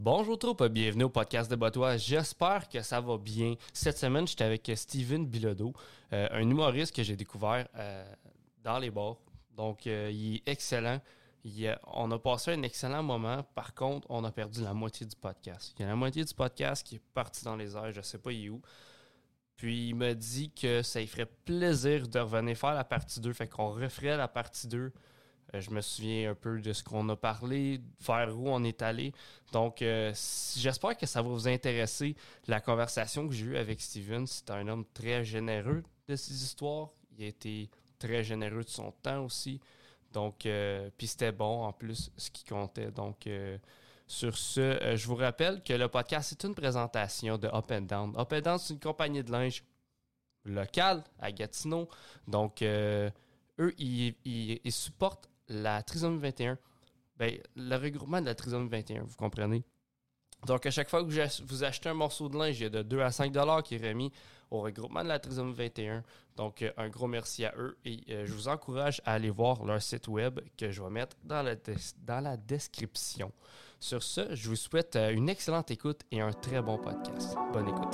Bonjour troupe, bienvenue au podcast de Botois. J'espère que ça va bien. Cette semaine, j'étais avec Steven Bilodeau, un humoriste que j'ai découvert dans les bars. Donc, il est excellent. On a passé un excellent moment. Par contre, on a perdu la moitié du podcast. Il y a la moitié du podcast qui est parti dans les airs. Je ne sais pas il est où. Puis, il m'a dit que ça lui ferait plaisir de revenir faire la partie 2. Fait qu'on referait la partie 2. Je me souviens un peu de ce qu'on a parlé, vers où on est allé. Donc, j'espère que ça va vous intéresser. La conversation que j'ai eue avec Steven, c'est un homme très généreux de ses histoires. Il a été très généreux de son temps aussi. Donc, puis c'était bon en plus, ce qui comptait. Donc, sur ce, je vous rappelle que le podcast, c'est une présentation de Up and Down. Up and Down, c'est une compagnie de linge locale à Gatineau. Donc, eux, ils supportent la Trisomie 21, le regroupement de la Trisomie 21, vous comprenez? Donc, à chaque fois que vous achetez un morceau de linge, il y a de 2 à 5 $ qui est remis au regroupement de la Trisomie 21. Donc, un gros merci à eux et je vous encourage à aller voir leur site web que je vais mettre dans la description. Sur ce, je vous souhaite une excellente écoute et un très bon podcast. Bonne écoute.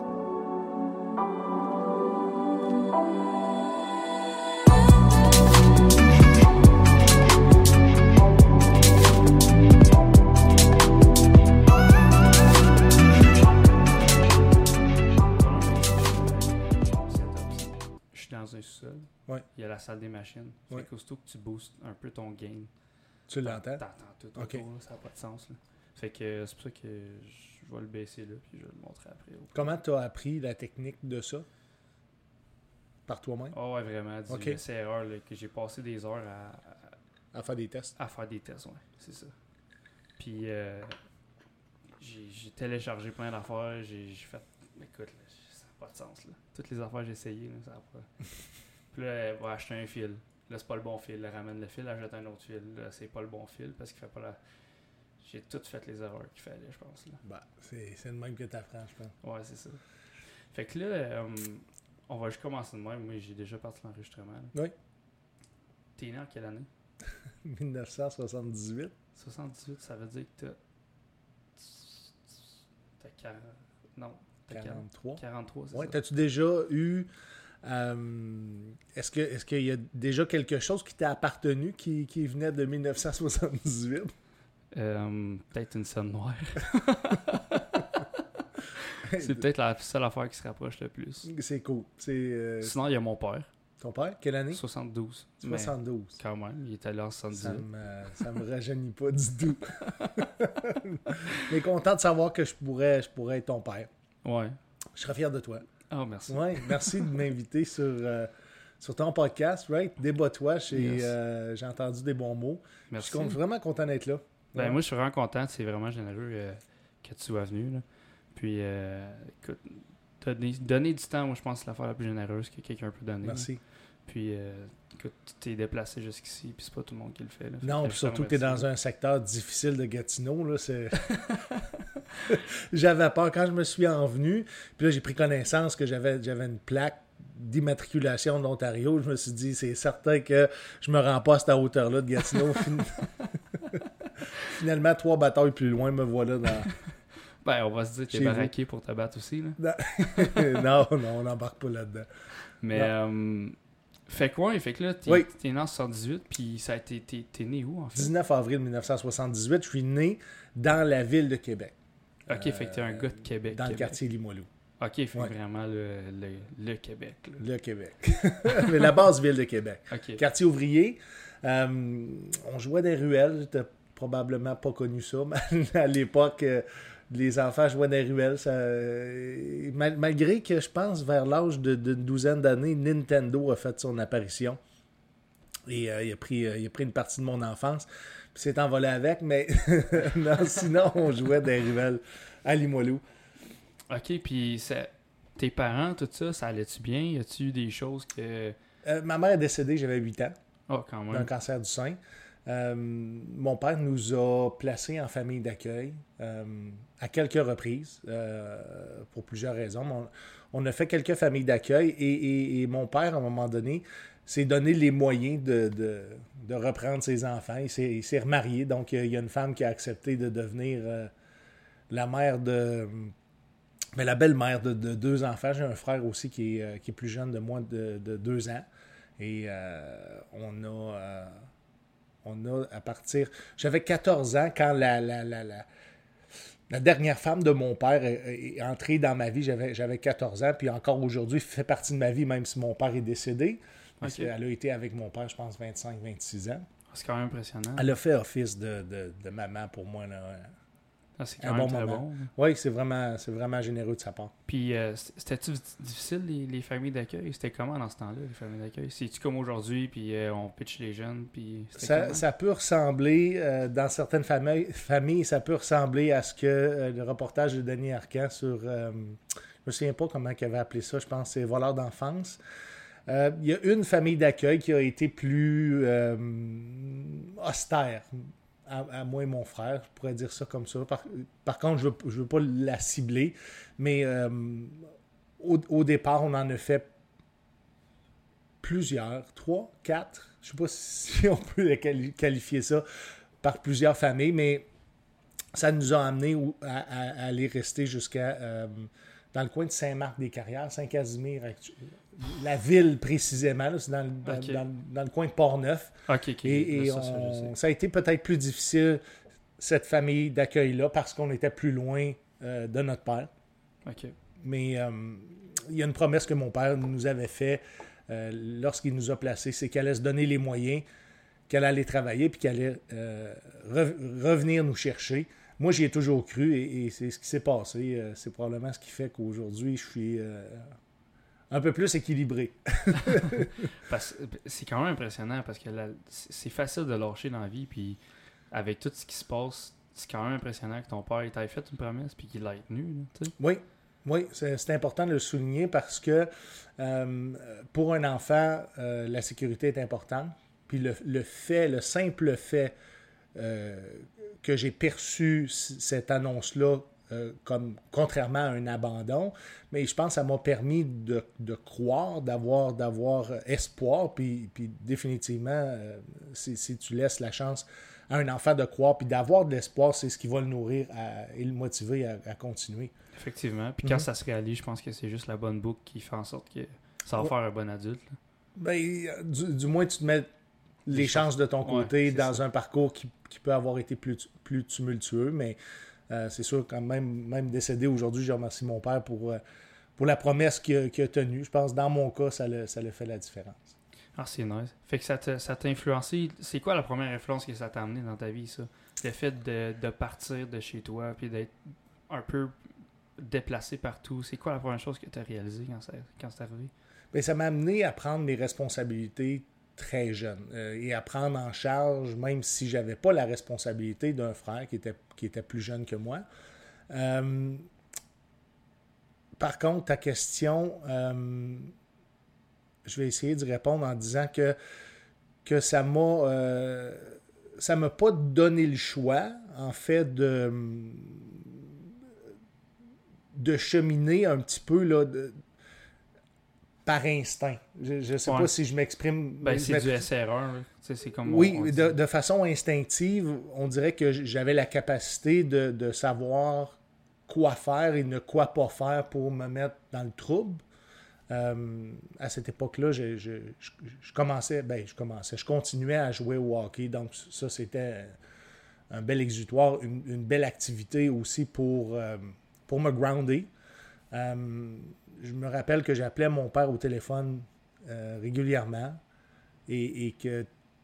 Dans un sous-sol, ouais. Il y a la salle des machines. Ouais. Fait qu'aussitôt que tu boostes un peu ton gain, tu l'entends? T'entends tout autour, okay. Là, ça n'a pas de sens. Là. Fait que c'est pour ça que je vais le baisser là, puis je vais le montrer après. Comment tu as appris la technique de ça? Par toi-même? Oh ouais, vraiment. Du essai-erreur, que j'ai passé des heures à faire des tests? À faire des tests, ouais, c'est ça. Puis j'ai téléchargé plein d'affaires, j'ai fait, écoute, là, ça n'a pas de sens. Là. Toutes les affaires que j'ai essayées, là, ça n'a pas... Puis là, elle va acheter un fil. Là, c'est pas le bon fil. Elle ramène le fil, elle jette un autre fil. Là, c'est pas le bon fil parce qu'il fait pas la... J'ai toutes fait les erreurs qu'il fallait, je pense. Là. Ben, c'est le même que t'apprends, je pense. Ouais, c'est ça. Fait que là, on va juste commencer de même. Moi, j'ai déjà parti l'enregistrement. Là. Oui. T'es né en quelle année? 1978. 78, ça veut dire que t'as 40... Non. 43. 43, c'est ouais, ça. T'as-tu déjà eu... Est-ce qu'il y a déjà quelque chose qui t'a appartenu qui venait de 1978? Peut-être une scène noire. C'est peut-être la seule affaire qui se rapproche le plus. C'est cool. Sinon, il y a mon père. Ton père? Quelle année? 72. 72. Quand même, il est allé en 78. Ça me rajeunit pas du tout. Mais content de savoir que je pourrais être ton père. Ouais. Je serais fier de toi. Oh, merci. Ouais, merci de m'inviter sur ton podcast, right? Débat-toi. J'ai entendu des bons mots. Merci. Je suis vraiment content d'être là. Ben, moi, je suis vraiment content. C'est vraiment généreux que tu sois venu. Là. Puis, écoute, donner du temps, moi, je pense que c'est l'affaire la plus généreuse que quelqu'un peut donner. Merci. Là. Puis, écoute, tu t'es déplacé jusqu'ici, puis c'est pas tout le monde qui le fait. Là. Non, puis surtout que tu es dans un secteur difficile de Gatineau. Là, J'avais peur quand je me suis envenu. Puis là, j'ai pris connaissance que j'avais une plaque d'immatriculation de l'Ontario. Je me suis dit, c'est certain que je me rends pas à cette hauteur-là de Gatineau. Finalement, 3 batailles plus loin, me voilà dans... Ben, on va se dire que tu es baraqué pour te battre aussi. Là. non, on n'embarque pas là-dedans. Mais, fait quoi? Fait que là, t'es né en 78, puis ça a été... T'es né où, en fait? 19 avril 1978, je suis né dans la ville de Québec. OK, fait que t'es un gars de Québec. Dans le quartier Limoilou. OK, fait vraiment le Québec. Là. Le Québec. Mais la basse ville de Québec. Okay. Quartier ouvrier. On jouait des ruelles. T'as probablement pas connu ça, mais à l'époque, les enfants jouaient des ruelles. Malgré que, je pense, vers l'âge d'une douzaine d'années, Nintendo a fait son apparition. Et il a pris une partie de mon enfance. Puis s'est envolé avec, mais non, sinon, on jouait des ruelles à Limoilou. OK, puis tes parents, tout ça, ça allait-tu bien? Y a-tu eu des choses que... Ma mère est décédée, j'avais 8 ans. Oh, quand même. D'un cancer du sein. Mon père nous a placés en famille d'accueil à quelques reprises, pour plusieurs raisons. On a fait quelques familles d'accueil et mon père, à un moment donné, s'est donné les moyens de reprendre ses enfants. Il s'est remarié, donc il y a une femme qui a accepté de devenir la mère de... Mais la belle-mère de 2 enfants. J'ai un frère aussi qui est plus jeune de moi de 2 ans. Et on a à partir... J'avais 14 ans quand la dernière femme de mon père est entrée dans ma vie. J'avais 14 ans, puis encore aujourd'hui, fait partie de ma vie, même si mon père est décédé. Parce qu'elle a été avec mon père, je pense, 25-26 ans. C'est quand même impressionnant. Elle a fait office de maman pour moi, là. C'est quand même très bon. Oui, c'est vraiment généreux de sa part. Puis, c'était-tu difficile, les familles d'accueil? C'était comment dans ce temps-là, les familles d'accueil? C'est-tu comme aujourd'hui, puis on pitch les jeunes, puis ça peut ressembler, dans certaines familles, ça peut ressembler à ce que le reportage de Denis Arcand sur... je me souviens pas comment il avait appelé ça, je pense que c'est Voleurs d'enfance. Il y a une famille d'accueil qui a été plus austère, à moi et mon frère, je pourrais dire ça comme ça. Par contre, je veux pas la cibler, mais au départ, on en a fait plusieurs, 3, 4, je sais pas si on peut qualifier ça par plusieurs familles, mais ça nous a amené à aller rester jusqu'à dans le coin de Saint-Marc-des-Carrières, Saint-Casimir, la ville précisément, là, c'est dans le coin de Port-Neuf. Et ça a été peut-être plus difficile, cette famille d'accueil-là, parce qu'on était plus loin de notre père. Mais il y a une promesse que mon père nous avait faite lorsqu'il nous a placés, c'est qu'elle allait se donner les moyens, qu'elle allait travailler, puis qu'elle allait revenir nous chercher. Moi, j'y ai toujours cru, et c'est ce qui s'est passé. C'est probablement ce qui fait qu'aujourd'hui, je suis... un peu plus équilibré. C'est quand même impressionnant parce que c'est facile de lâcher dans la vie, puis avec tout ce qui se passe, c'est quand même impressionnant que ton père t'ait fait une promesse puis qu'il l'ait tenue. Oui, c'est important de le souligner parce que pour un enfant, la sécurité est importante. Puis le simple fait que j'ai perçu cette annonce-là comme contrairement à un abandon, mais je pense que ça m'a permis de croire, d'avoir espoir, puis définitivement, si tu laisses la chance à un enfant de croire, puis d'avoir de l'espoir, c'est ce qui va le nourrir et le motiver à continuer. Effectivement, puis quand ça se réalise, je pense que c'est juste la bonne boucle qui fait en sorte que ça va faire un bon adulte. Là. Ben, du moins, tu te mets les chances de ton côté dans un parcours qui peut avoir été plus tumultueux, mais c'est sûr, quand même décédé aujourd'hui, je remercie mon père pour la promesse qu'il a tenue. Je pense que dans mon cas, ça l'a fait la différence. Ah, c'est nice. Fait que ça t'a influencé. C'est quoi la première influence que ça t'a amené dans ta vie, ça? Le fait de partir de chez toi puis d'être un peu déplacé partout. C'est quoi la première chose que tu as réalisée quand c'est arrivé? Bien, ça m'a amené à prendre mes responsabilités très jeune et à prendre en charge, même si j'avais pas la responsabilité d'un frère qui était plus jeune que moi. Par contre, ta question, je vais essayer d'y répondre en disant que ça m'a pas donné le choix, en fait, de cheminer un petit peu là, par instinct. Je ne sais pas si je m'exprime... c'est du SR1. C'est comme oui, de façon instinctive, on dirait que j'avais la capacité de savoir quoi faire et ne quoi pas faire pour me mettre dans le trouble. À cette époque-là, je continuais à jouer au hockey. Donc ça, c'était un bel exutoire, une belle activité aussi pour me grounder. Je me rappelle que j'appelais mon père au téléphone régulièrement et que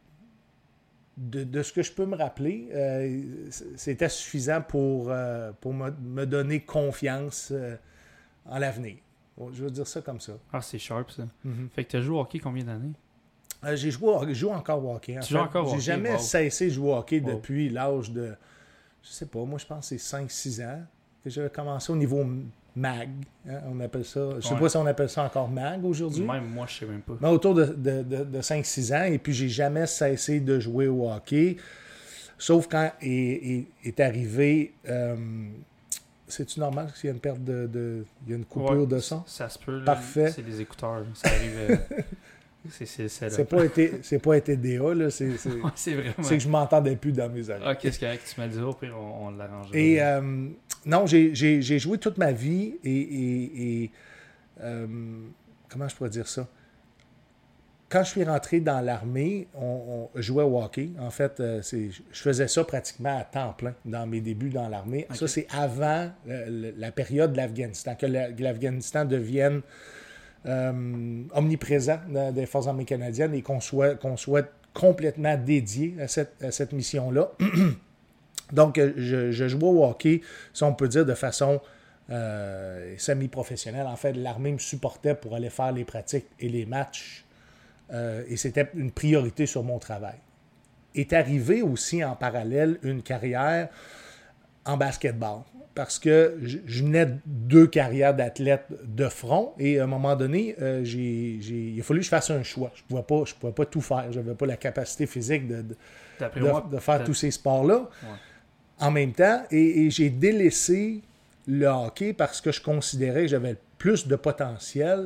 de ce que je peux me rappeler, c'était suffisant pour me donner confiance en l'avenir. Je veux dire ça comme ça. Ah, c'est sharp, ça. Mm-hmm. Fait que tu as joué au hockey combien d'années? Je joue encore au hockey. Tu joues encore au hockey? J'ai jamais cessé de jouer au hockey depuis l'âge de, je sais pas, moi je pense que c'est 5-6 ans que j'avais commencé au niveau MAG. Hein, on appelle ça. Je sais pas si on appelle ça encore MAG aujourd'hui. Même moi, je sais même pas. Mais autour de 5-6 ans. Et puis j'ai jamais cessé de jouer au hockey. Sauf quand est arrivé... c'est-tu normal qu'il y a une perte il y a une coupure de son? Ça se peut. Là, parfait. C'est les écouteurs. Ça arrive... c'est pas été DA, là. C'est vraiment... c'est que je m'entendais plus dans mes oreilles. Ah, qu'est-ce que tu m'as dit? Au pire, on l'arrange. Et Non, j'ai joué toute ma vie et comment je pourrais dire ça? Quand je suis rentré dans l'armée, on jouait au hockey. En fait, je faisais ça pratiquement à temps plein dans mes débuts dans l'armée. Okay. Ça, c'est avant la période de l'Afghanistan, que l'Afghanistan devienne omniprésent dans les Forces armées canadiennes et qu'on soit complètement dédié à cette mission-là. Donc, je jouais au hockey, si on peut dire, de façon semi-professionnelle. En fait, l'armée me supportait pour aller faire les pratiques et les matchs. Et c'était une priorité sur mon travail. Est arrivé aussi en parallèle une carrière en basketball. Parce que je venais de 2 carrières d'athlète de front et à un moment donné, il a fallu que je fasse un choix. Je ne pouvais pas tout faire. Je n'avais pas la capacité physique de faire tous ces sports-là. Ouais. En même temps, et j'ai délaissé le hockey parce que je considérais que j'avais plus de potentiel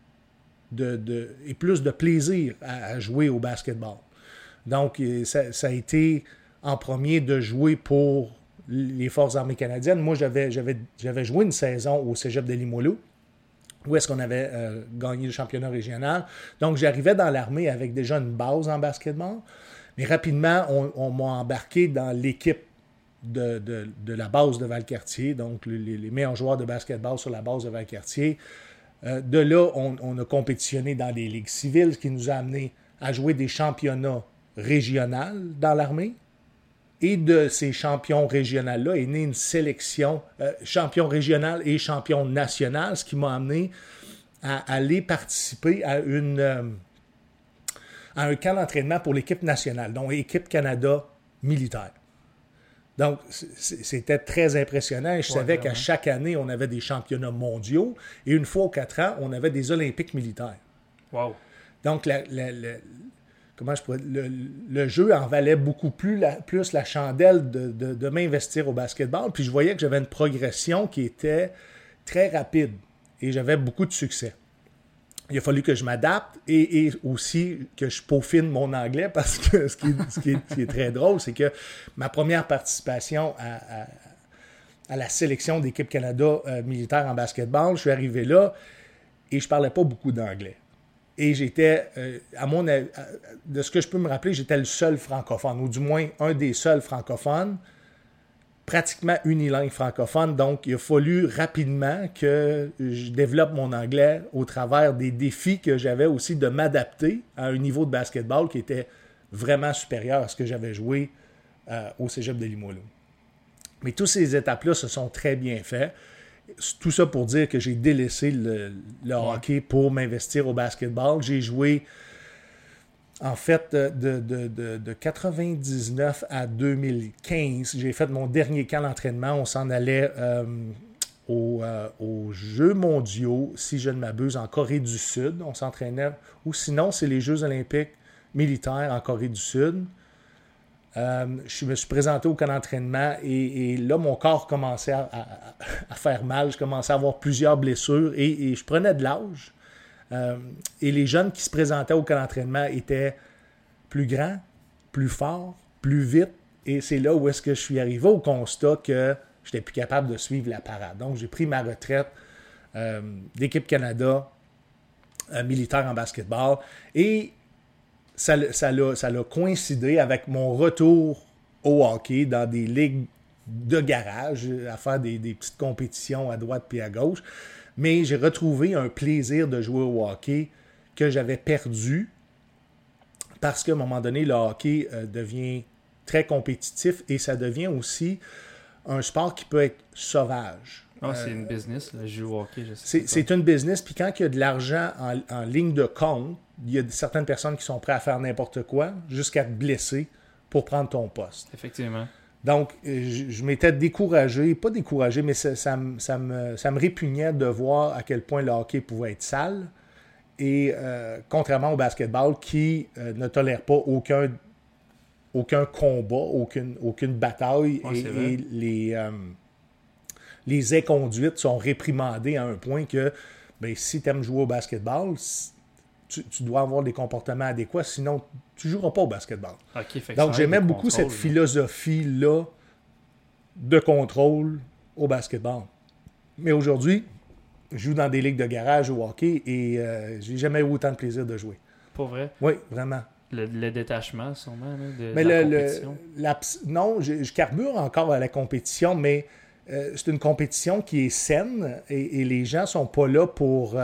et plus de plaisir à jouer au basketball. Donc, ça a été en premier de jouer pour les Forces armées canadiennes. Moi, j'avais joué une saison au Cégep de Limoilou, où est-ce qu'on avait gagné le championnat régional. Donc, j'arrivais dans l'armée avec déjà une base en basketball. Mais rapidement, on m'a embarqué dans l'équipe de la base de Valcartier, donc les meilleurs joueurs de basketball sur la base de Valcartier. De là, on a compétitionné dans des ligues civiles, ce qui nous a amené à jouer des championnats régionaux dans l'armée. Et de ces champions régionaux-là est née une sélection champion régional et champion national, ce qui m'a amené à aller participer à un camp d'entraînement pour l'équipe nationale, donc équipe Canada militaire. Donc, c'était très impressionnant. Je savais qu'à chaque année, on avait des championnats mondiaux et une fois aux 4 ans, on avait des Olympiques militaires. Wow. Donc, le jeu en valait beaucoup plus la chandelle de m'investir au basketball. Puis je voyais que j'avais une progression qui était très rapide et j'avais beaucoup de succès. Il a fallu que je m'adapte et aussi que je peaufine mon anglais parce que ce qui est très drôle, c'est que ma première participation à la sélection d'équipe Canada militaire en basketball, je suis arrivé là et je parlais pas beaucoup d'anglais. Et j'étais, de ce que je peux me rappeler, j'étais le seul francophone, ou du moins un des seuls francophones, pratiquement unilingue francophone. Donc, il a fallu rapidement que je développe mon anglais au travers des défis que j'avais aussi de m'adapter à un niveau de basketball qui était vraiment supérieur à ce que j'avais joué au Cégep de Limoilou. Mais toutes ces étapes-là se sont très bien faites. Tout ça pour dire que j'ai délaissé le hockey pour m'investir au basketball. J'ai joué, en fait, de 99 à 2015. J'ai fait mon dernier camp d'entraînement. On s'en allait aux Jeux mondiaux, si je ne m'abuse, en Corée du Sud. On s'entraînait. Ou sinon, c'est les Jeux olympiques militaires en Corée du Sud. Je me suis présenté au camp d'entraînement et là, mon corps commençait à faire mal. Je commençais à avoir plusieurs blessures et je prenais de l'âge. Et les jeunes qui se présentaient au camp d'entraînement étaient plus grands, plus forts, plus vite. Et c'est là où est-ce que je suis arrivé au constat que je n'étais plus capable de suivre la parade. Donc, j'ai pris ma retraite d'équipe Canada militaire en basketball et ça l'a coïncidé avec mon retour au hockey dans des ligues de garage, à faire des petites compétitions à droite puis à gauche. Mais j'ai retrouvé un plaisir de jouer au hockey que j'avais perdu parce qu'à un moment donné, le hockey devient très compétitif et ça devient aussi un sport qui peut être sauvage. C'est une business, le jeu au hockey, je sais. C'est une business, puis quand il y a de l'argent en ligne de compte, il y a certaines personnes qui sont prêtes à faire n'importe quoi jusqu'à te blesser pour prendre ton poste. Effectivement. Donc, je m'étais découragé, pas découragé, mais ça me répugnait de voir à quel point le hockey pouvait être sale. Et contrairement au basketball qui ne tolère pas aucun combat, aucune bataille, et les inconduites sont réprimandées à un point que si tu aimes jouer au basketball, tu dois avoir des comportements adéquats, sinon tu ne joueras pas au basketball. Okay, donc j'aimais beaucoup cette philosophie-là de contrôle au basketball. Mais aujourd'hui, je joue dans des ligues de garage au hockey et j'ai jamais eu autant de plaisir de jouer. Pour vrai? Oui, vraiment. Le détachement, sûrement, là, de Mais la compétition. Non, je carbure encore à la compétition, mais c'est une compétition qui est saine et les gens sont pas là pour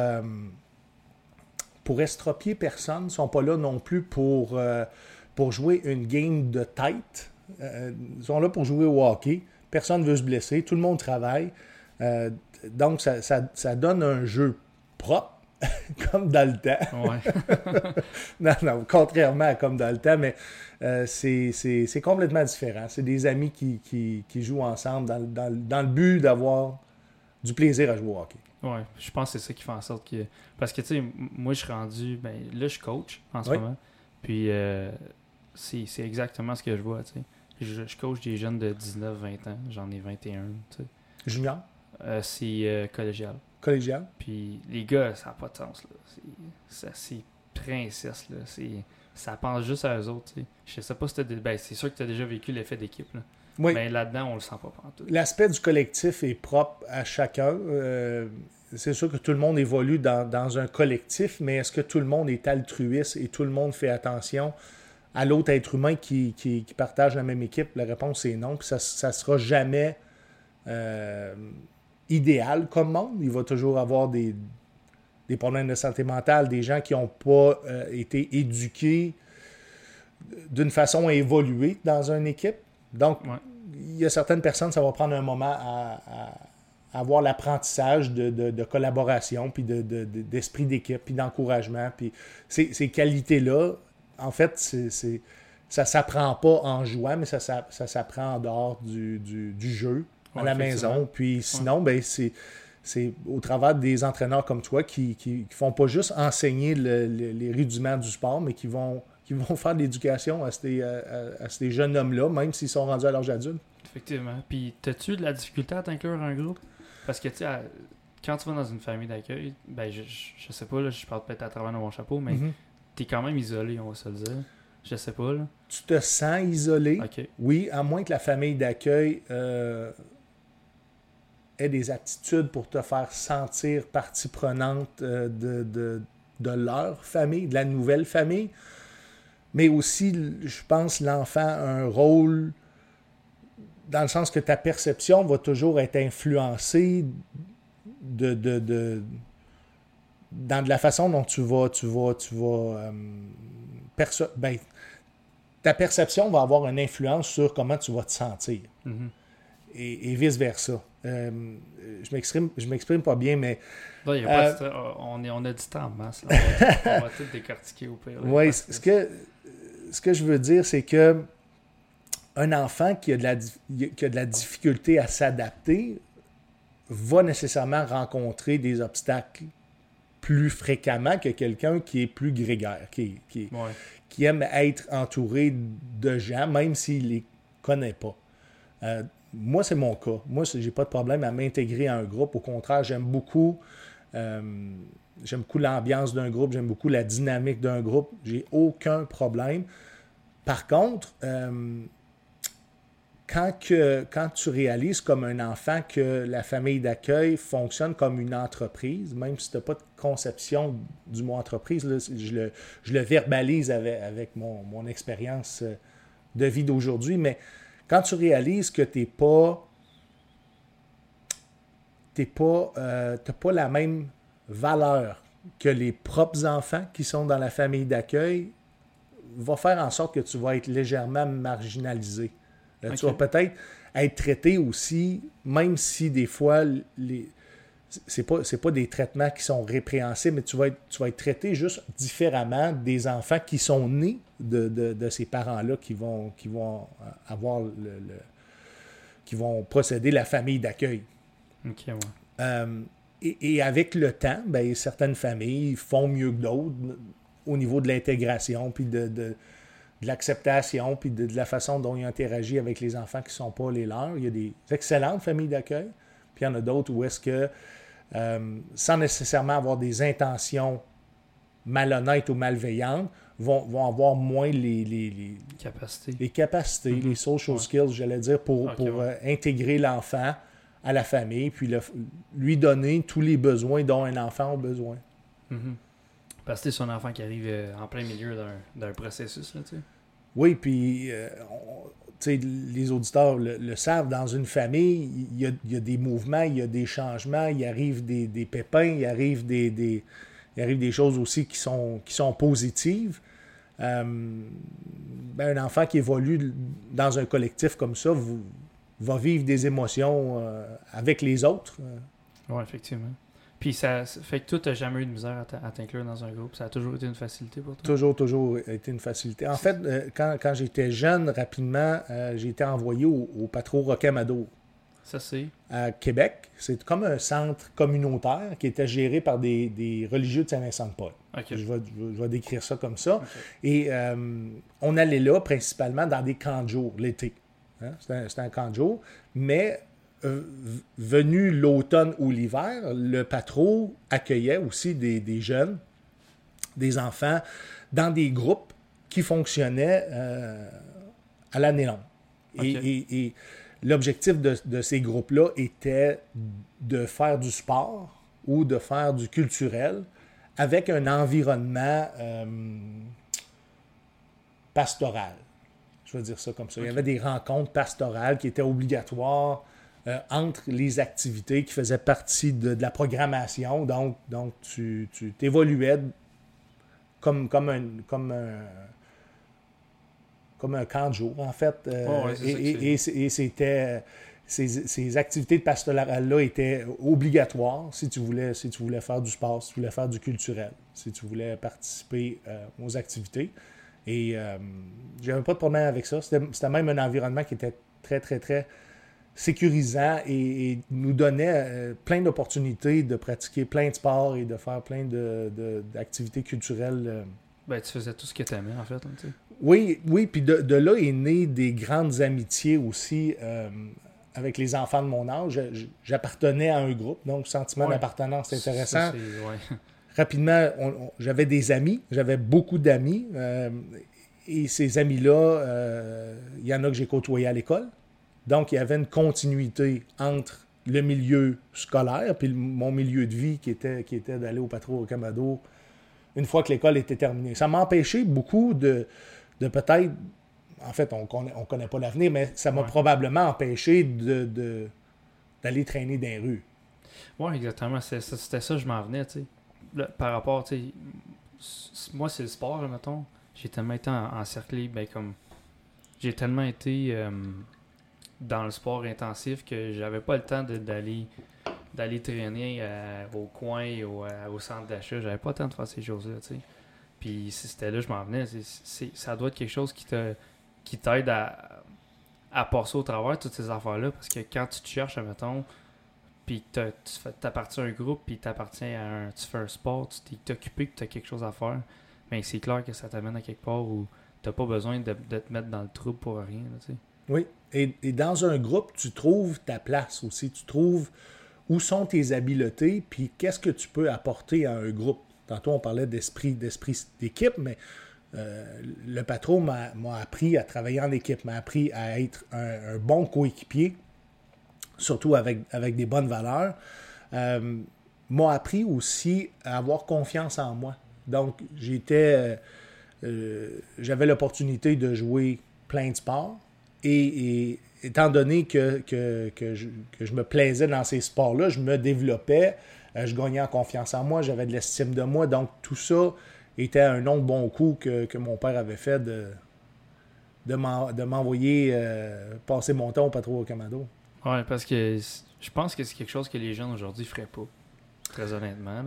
estropier personne, ne sont pas là non plus pour jouer une game de tête. Ils sont là pour jouer au hockey. Personne ne veut se blesser, tout le monde travaille. Donc, ça donne un jeu propre, comme dans le temps. Ouais. non, contrairement à comme dans le temps, mais c'est complètement différent. C'est des amis qui jouent ensemble dans le but d'avoir du plaisir à jouer au hockey. Ouais, je pense que c'est ça qui fait en sorte que... Parce que, tu sais, moi, je suis rendu... Ben, là, je coach en ce moment. Puis, c'est exactement ce que je vois, tu sais. Je coach des jeunes de 19-20 ans. J'en ai 21, tu sais. Junior? C'est collégial. Collégial? Puis, les gars, ça n'a pas de sens, là. C'est princesse, là. Ça pense juste à eux autres, tu sais. Je sais pas si c'est sûr que tu as déjà vécu l'effet d'équipe, là. Oui. Mais là-dedans, on le sent pas partout. L'aspect du collectif est propre à chacun. C'est sûr que tout le monde évolue dans un collectif, mais est-ce que tout le monde est altruiste et tout le monde fait attention à l'autre être humain qui partage la même équipe? La réponse est non. Puis ça ne sera jamais idéal comme monde. Il va toujours avoir des problèmes de santé mentale, des gens qui n'ont pas été éduqués d'une façon à évoluer dans une équipe. Donc, il y a certaines personnes, ça va prendre un moment à avoir l'apprentissage de collaboration, puis d'esprit d'équipe, puis d'encouragement. Puis ces qualités-là, en fait, ça ne s'apprend pas en jouant, mais ça s'apprend en dehors du jeu, à la maison. Puis sinon, ben, c'est au travers des entraîneurs comme toi qui font pas juste enseigner les rudiments du sport, mais qui vont faire de l'éducation à ces jeunes hommes-là, même s'ils sont rendus à l'âge adulte. Effectivement. Puis, as-tu de la difficulté à t'inclure un groupe? Parce que, tu sais, quand tu vas dans une famille d'accueil, ben, je sais pas, là, je parle peut-être à travers mon chapeau, mais t'es quand même isolé, on va se le dire. Je sais pas, là. Tu te sens isolé? Okay. Oui, à moins que la famille d'accueil ait des aptitudes pour te faire sentir partie prenante de leur famille, de la nouvelle famille. Mais aussi, je pense, l'enfant a un rôle dans le sens que ta perception va toujours être influencée dans de la façon dont ta perception va avoir une influence sur comment tu vas te sentir. Mm-hmm. Et vice-versa. Je m'exprime pas bien, mais... Là, y a pas de... on a du temps en masse. Là. On va tout décortiquer au pire. Oui, ce que je veux dire, c'est que un enfant qui a de la difficulté à s'adapter va nécessairement rencontrer des obstacles plus fréquemment que quelqu'un qui est plus grégaire, qui aime être entouré de gens, même s'il ne les connaît pas. Moi, c'est mon cas. Moi, j'ai pas de problème à m'intégrer à un groupe. Au contraire, j'aime beaucoup l'ambiance d'un groupe, j'aime beaucoup la dynamique d'un groupe. J'ai aucun problème. Par contre, quand tu réalises comme un enfant que la famille d'accueil fonctionne comme une entreprise, même si tu n'as pas de conception du mot entreprise, là, je le verbalise avec mon expérience de vie d'aujourd'hui, mais quand tu réalises que tu n'as pas la même valeur que les propres enfants qui sont dans la famille d'accueil, va faire en sorte que tu vas être légèrement marginalisé. Okay. Tu vas peut-être être traité aussi, même si des fois, c'est pas des traitements qui sont répréhensibles, mais tu vas être traité juste différemment des enfants qui sont nés de ces parents-là qui vont avoir qui vont posséder la famille d'accueil. OK, ouais. Et avec le temps, ben, certaines familles font mieux que d'autres au niveau de l'intégration, puis de l'acceptation, puis de la façon dont ils interagissent avec les enfants qui ne sont pas les leurs. Il y a des excellentes familles d'accueil, puis il y en a d'autres où est-ce que, sans nécessairement avoir des intentions malhonnêtes ou malveillantes, vont avoir moins les capacités, les social skills, j'allais dire, pour intégrer l'enfant à la famille, puis lui donner tous les besoins dont un enfant a besoin. Mhm. Parce que c'est son enfant qui arrive en plein milieu d'un processus, là, tu sais. Oui, puis les auditeurs le savent, dans une famille, il y a des mouvements, il y a des changements, il arrive des pépins, il arrive des choses aussi qui sont positives. Un enfant qui évolue dans un collectif comme ça va vivre des émotions avec les autres. Oui, effectivement. Puis ça fait que toi, tu n'as jamais eu de misère à t'inclure dans un groupe. Ça a toujours été une facilité pour toi? Toujours été une facilité. En fait, quand j'étais jeune, rapidement, j'ai été envoyé au Patro Rocamadour. Ça, c'est? À Québec. C'est comme un centre communautaire qui était géré par des religieux de Saint-Vincent-de-Paul. Okay. Je vais décrire ça comme ça. Okay. Et on allait là principalement dans des camps de jour, l'été. Hein? C'était un camp de jour. Mais venu l'automne ou l'hiver, le Patro accueillait aussi des jeunes, des enfants, dans des groupes qui fonctionnaient à l'année longue. Okay. Et l'objectif de ces groupes-là était de faire du sport ou de faire du culturel avec un environnement pastoral. Je vais dire ça comme ça. Okay. Il y avait des rencontres pastorales qui étaient obligatoires entre les activités qui faisaient partie de la programmation. Donc tu t'évoluais comme un camp de jour, en fait. Et c'était... Ces activités de pastoral-là étaient obligatoires si tu voulais faire du sport, si tu voulais faire du culturel, si tu voulais participer aux activités. Et j'avais pas de problème avec ça. C'était même un environnement qui était très, très, très sécurisant et nous donnait plein d'opportunités de pratiquer plein de sports et de faire plein d'activités culturelles. Ben, tu faisais tout ce que tu aimais, en fait. Tu sais. Oui, puis de là est né des grandes amitiés aussi avec les enfants de mon âge. J'appartenais à un groupe, donc sentiment d'appartenance, c'est intéressant. Rapidement, j'avais des amis, j'avais beaucoup d'amis, et ces amis-là, il y en a que j'ai côtoyés à l'école. Donc, il y avait une continuité entre le milieu scolaire puis mon milieu de vie qui était d'aller au Patro Rocamadour une fois que l'école était terminée. Ça m'a empêché beaucoup de peut-être... En fait, on connaît pas l'avenir, mais ça m'a probablement empêché d'aller traîner dans les rues. Oui, exactement. C'était ça, je m'en venais, tu sais. Par rapport, tu sais... Moi, c'est le sport, là, mettons. J'ai tellement été encerclé, ben comme... J'ai tellement été dans le sport intensif que j'avais pas le temps d'aller traîner au coin et au centre d'achat. J'avais pas le temps de faire ces choses-là, tu sais. Puis si c'était là, je m'en venais. Ça doit être quelque chose qui t'aide à passer au travers de toutes ces affaires-là. Parce que quand tu te cherches, mettons, puis tu t'appartiens à un groupe, puis tu fais un sport, tu t'es occupé, que tu as quelque chose à faire, bien c'est clair que ça t'amène à quelque part où tu n'as pas besoin de te mettre dans le trouble pour rien. Là, tu sais. Oui, et dans un groupe, tu trouves ta place aussi. Tu trouves où sont tes habiletés, puis qu'est-ce que tu peux apporter à un groupe. Tantôt, on parlait d'esprit d'équipe, mais le patron m'a appris à travailler en équipe, m'a appris à être un bon coéquipier, surtout avec des bonnes valeurs. M'a appris aussi à avoir confiance en moi. Donc, j'avais l'opportunité de jouer plein de sports et étant donné que je me plaisais dans ces sports-là, je me développais, je gagnais en confiance en moi, j'avais de l'estime de moi. Donc, tout ça était un autre bon coup que mon père avait fait de m'envoyer passer mon temps au Patro Rocamadour. Oui, parce que je pense que c'est quelque chose que les jeunes aujourd'hui ne feraient pas, très honnêtement.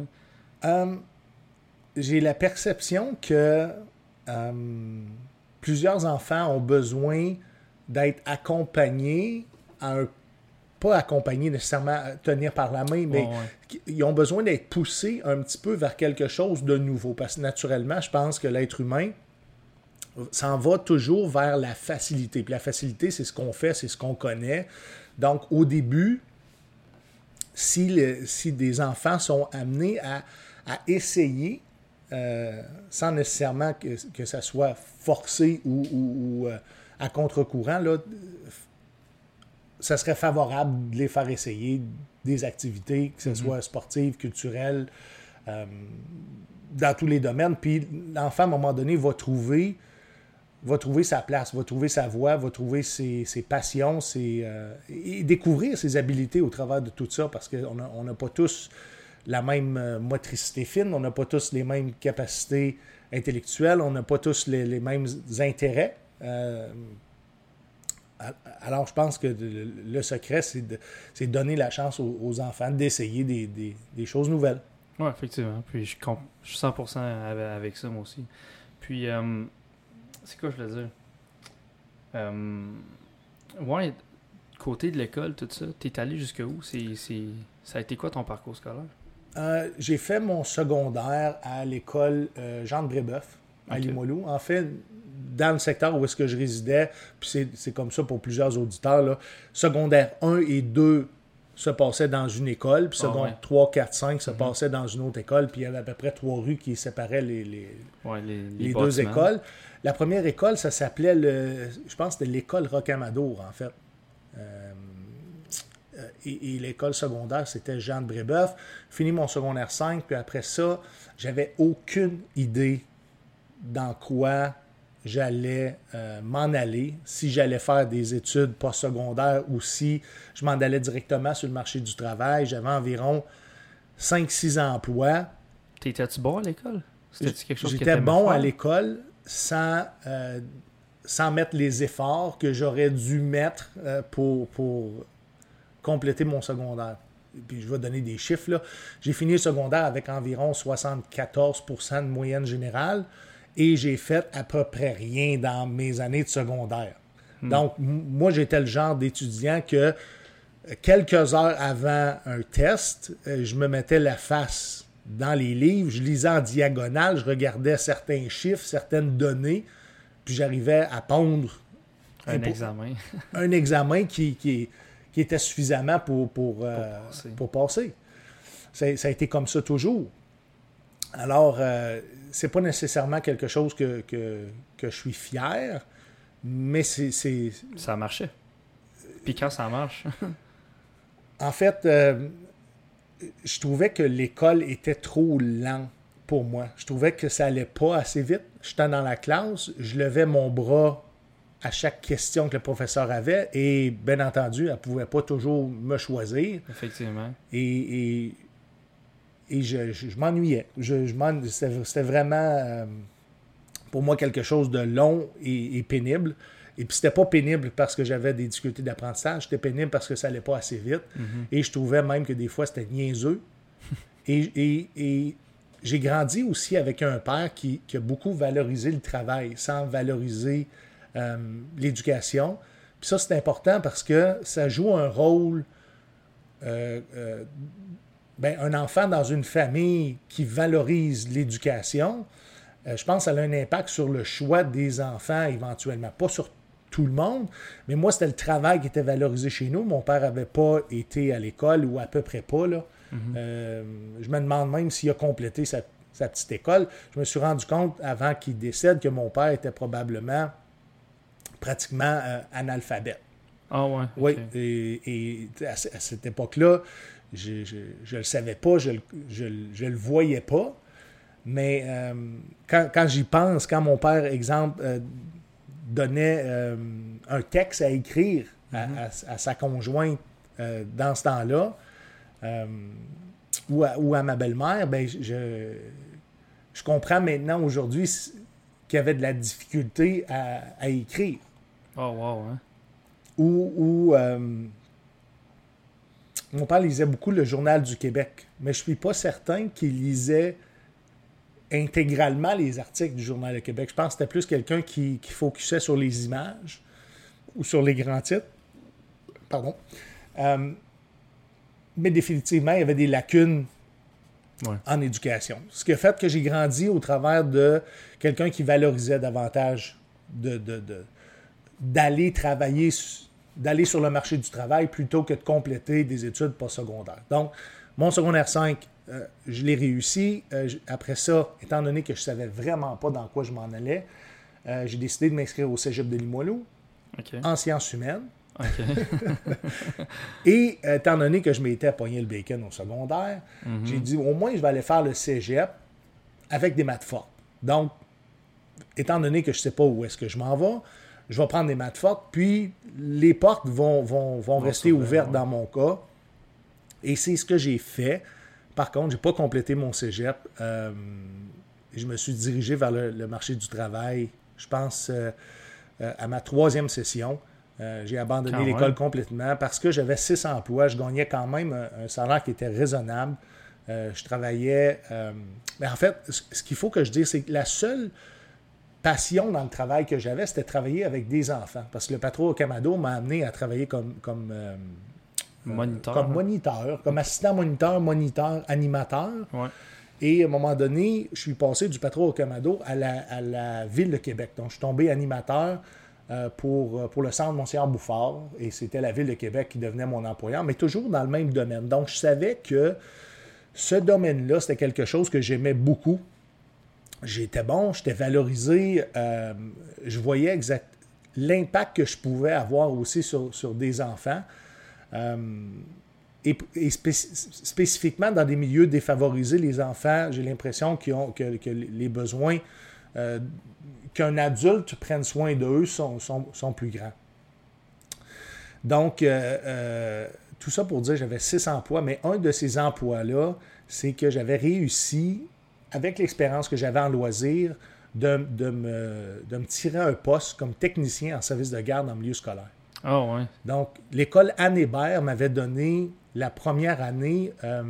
J'ai la perception que plusieurs enfants ont besoin d'être accompagnés pas accompagnés nécessairement à tenir par la main, mais ils ont besoin d'être poussés un petit peu vers quelque chose de nouveau. Parce que naturellement, je pense que l'être humain s'en va toujours vers la facilité. Puis la facilité, c'est ce qu'on fait, c'est ce qu'on connaît. Donc, au début, si des enfants sont amenés à essayer, sans nécessairement que ça soit forcé ou à contre-courant, là, ça serait favorable de les faire essayer des activités, que ce soit sportives, culturelles, dans tous les domaines. Puis l'enfant, à un moment donné, va trouver sa place, va trouver sa voie, va trouver ses passions, et découvrir ses habiletés au travers de tout ça, parce qu'on n'a pas tous la même motricité fine, on n'a pas tous les mêmes capacités intellectuelles, on n'a pas tous les mêmes intérêts. Alors, je pense que le secret, c'est de donner la chance aux enfants d'essayer des choses nouvelles. Oui, effectivement. Puis je suis 100% avec ça, moi aussi. Puis, c'est quoi je veux dire? Ouais, côté de l'école, tout ça, t'es allé jusqu'où? Ça a été quoi ton parcours scolaire? J'ai fait mon secondaire à l'école Jean de Brébeuf, à Limoilou. En fait, dans le secteur où est-ce que je résidais, puis c'est comme ça pour plusieurs auditeurs, là, secondaire 1 et 2 se passaient dans une école, puis secondaire 3, 4, 5 se passaient dans une autre école, puis il y avait à peu près 3 rues qui séparaient les deux écoles. La première école, ça s'appelait, je pense que c'était l'école Rocamadour, en fait. Et l'école secondaire, c'était Jean de Brébeuf. Fini mon secondaire 5, puis après ça, j'avais aucune idée dans quoi j'allais m'en aller, si j'allais faire des études postsecondaires ou si je m'en allais directement sur le marché du travail. J'avais environ 5-6 emplois. T'étais-tu bon à l'école? C'était-tu quelque chose que J'étais bon à l'école sans mettre les efforts que j'aurais dû mettre pour compléter mon secondaire. Puis je vais donner des chiffres, là. J'ai fini le secondaire avec environ 74% de moyenne générale. Et j'ai fait à peu près rien dans mes années de secondaire. Donc, moi, j'étais le genre d'étudiant que quelques heures avant un test, je me mettais la face dans les livres, je lisais en diagonale, je regardais certains chiffres, certaines données, puis j'arrivais à pondre un examen. Un examen qui était suffisamment pour passer. Ça a été comme ça toujours. Alors, c'est pas nécessairement quelque chose que je suis fier, mais c'est... Ça marchait. Puis quand ça marche? En fait, je trouvais que l'école était trop lente pour moi. Je trouvais que ça allait pas assez vite. J'étais dans la classe, je levais mon bras à chaque question que le professeur avait et, bien entendu, elle pouvait pas toujours me choisir. Effectivement. Et je m'ennuyais. C'était vraiment, pour moi, quelque chose de long et pénible. Et puis, c'était pas pénible parce que j'avais des difficultés d'apprentissage. C'était pénible parce que ça allait pas assez vite. Et je trouvais même que des fois, c'était niaiseux. Et j'ai grandi aussi avec un père qui a beaucoup valorisé le travail sans valoriser l'éducation. Puis ça, c'est important parce que ça joue un rôle... un enfant dans une famille qui valorise l'éducation, je pense que ça a un impact sur le choix des enfants éventuellement. Pas sur tout le monde, mais moi, c'était le travail qui était valorisé chez nous. Mon père n'avait pas été à l'école ou à peu près pas, là. Je me demande même s'il a complété sa petite école. Je me suis rendu compte, avant qu'il décède, que mon père était probablement pratiquement analphabète. Ah ouais? Oui, et à cette époque-là, je le savais pas, je le voyais pas, mais quand j'y pense, quand mon père, exemple, donnait un texte à écrire à sa conjointe dans ce temps-là, ou à ma belle-mère, ben je comprends maintenant, aujourd'hui, qu'il y avait de la difficulté à écrire. Oh wow, hein? Ou mon père lisait beaucoup le Journal du Québec, mais je ne suis pas certain qu'il lisait intégralement les articles du Journal du Québec. Je pense que c'était plus quelqu'un qui focusait sur les images ou sur les grands titres. Pardon. Mais définitivement, il y avait des lacunes en éducation. Ce qui a fait que j'ai grandi au travers de quelqu'un qui valorisait davantage d'aller travailler, d'aller sur le marché du travail plutôt que de compléter des études postsecondaires. Donc, mon secondaire 5, je l'ai réussi. Après ça, étant donné que je ne savais vraiment pas dans quoi je m'en allais, j'ai décidé de m'inscrire au Cégep de Limoilou en sciences humaines. OK. Et étant donné que je m'étais pogné le bacon au secondaire, Mhm. j'ai dit au moins je vais aller faire le cégep avec des maths fortes. Donc, étant donné que je ne sais pas où est-ce que je m'en vais, je vais prendre des maths fortes, puis les portes vont rester s'ouvrir, ouvertes ouais. dans mon cas. Et c'est ce que j'ai fait. Par contre, je n'ai pas complété mon cégep. Je me suis dirigé vers le marché du travail, je pense, à ma 3e session. J'ai abandonné Quand l'école même. complètement parce que j'avais 6 emplois. Je gagnais quand même un salaire qui était raisonnable. Je travaillais... mais en fait, ce qu'il faut que je dise, c'est que la seule passion dans le travail que j'avais, c'était de travailler avec des enfants. Parce que le patron au Camado m'a amené à travailler comme Moniteur. comme moniteur, comme assistant moniteur, animateur. Ouais. Et à un moment donné, je suis passé du patron au Camado à la ville de Québec. Donc, je suis tombé animateur pour le centre Monseigneur Bouffard. Et c'était la ville de Québec qui devenait mon employeur, mais toujours dans le même domaine. Donc, je savais que ce domaine-là, c'était quelque chose que j'aimais beaucoup. J'étais bon, j'étais valorisé. Je voyais l'impact que je pouvais avoir aussi sur des enfants. Et spécifiquement dans des milieux défavorisés, les enfants, j'ai l'impression que les besoins qu'un adulte prenne soin d'eux sont plus grands. Donc, tout ça pour dire, j'avais 6 emplois, mais un de ces emplois-là, c'est que j'avais réussi, avec l'expérience que j'avais en loisir, de me tirer un poste comme technicien en service de garde en milieu scolaire. Ah ouais. Donc, l'école Anne Hébert m'avait donné la première année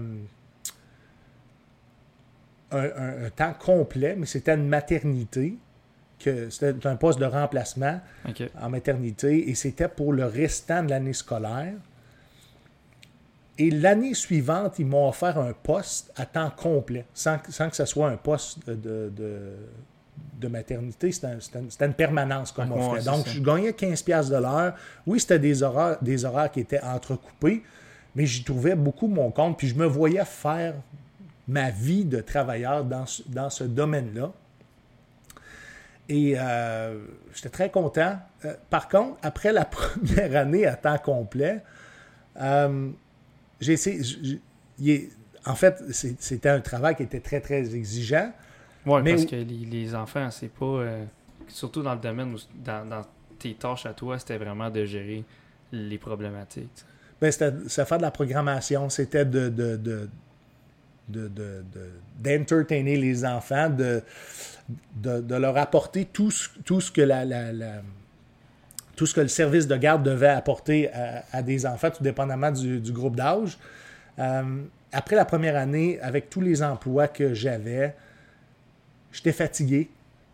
un temps complet, mais c'était une maternité, c'était un poste de remplacement OK. en maternité, et c'était pour le restant de l'année scolaire. Et l'année suivante, ils m'ont offert un poste à temps complet, sans que ce soit un poste de maternité, c'était une permanence qu'on m'offrait. Ouais, Donc, ça. je gagnais 15$ de l'heure. Oui, c'était des horaires qui étaient entrecoupés, mais j'y trouvais beaucoup mon compte, puis je me voyais faire ma vie de travailleur dans ce domaine-là. Et j'étais très content. Par contre, après la première année à temps complet, j'ai essayé... en fait, c'était un travail qui était très, très exigeant. Ouais, Mais parce que les enfants, c'est pas... surtout dans le domaine, dans tes tâches à toi, c'était vraiment de gérer les problématiques. Ben, c'était faire de la programmation, c'était d'entertainer les enfants, de leur apporter tout ce que tout ce que le service de garde devait apporter à des enfants, tout dépendamment du groupe d'âge. Après la première année, avec tous les emplois que j'avais, j'étais fatigué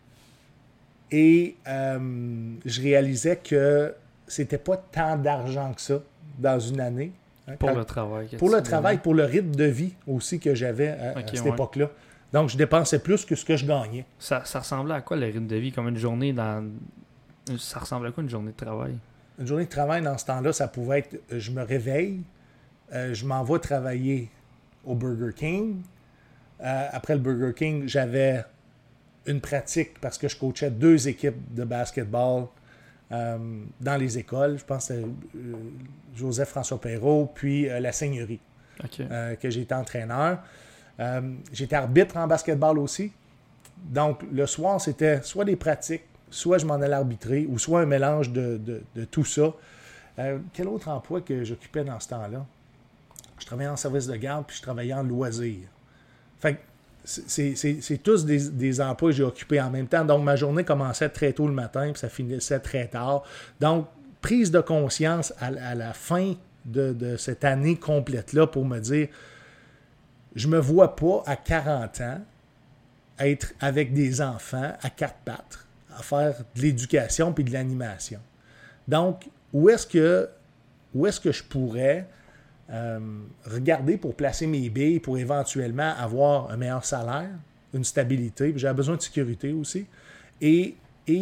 et je réalisais que c'était pas tant d'argent que ça dans une année. Hein, Pour le travail. pour le travail, pour le rythme de vie aussi que j'avais à cette époque-là. Donc, je dépensais plus que ce que je gagnais. Ça ressemblait à quoi le rythme de vie? Comme une journée Ça ressemble à quoi une journée de travail? Une journée de travail dans ce temps-là, ça pouvait être je me réveille, je m'en vais travailler au Burger King. Après le Burger King, j'avais une pratique parce que je coachais 2 équipes de basketball dans les écoles. Je pense que c'était Joseph-François Perrault, puis la Seigneurie, OK. que j'étais entraîneur. J'étais arbitre en basketball aussi. Donc, le soir, c'était soit des pratiques, soit je m'en allais arbitrer, ou soit un mélange de tout ça. Quel autre emploi que j'occupais dans ce temps-là? Je travaillais en service de garde, puis je travaillais en loisirs. Fait que c'est tous des emplois que j'ai occupés en même temps. Donc, ma journée commençait très tôt le matin, puis ça finissait très tard. Donc, prise de conscience à la fin de cette année complète-là pour me dire, je me vois pas à 40 ans être avec des enfants à 4 pattes, à faire de l'éducation puis de l'animation. Donc, où est-ce que je pourrais regarder pour placer mes billes, pour éventuellement avoir un meilleur salaire, une stabilité, puis j'avais besoin de sécurité aussi, et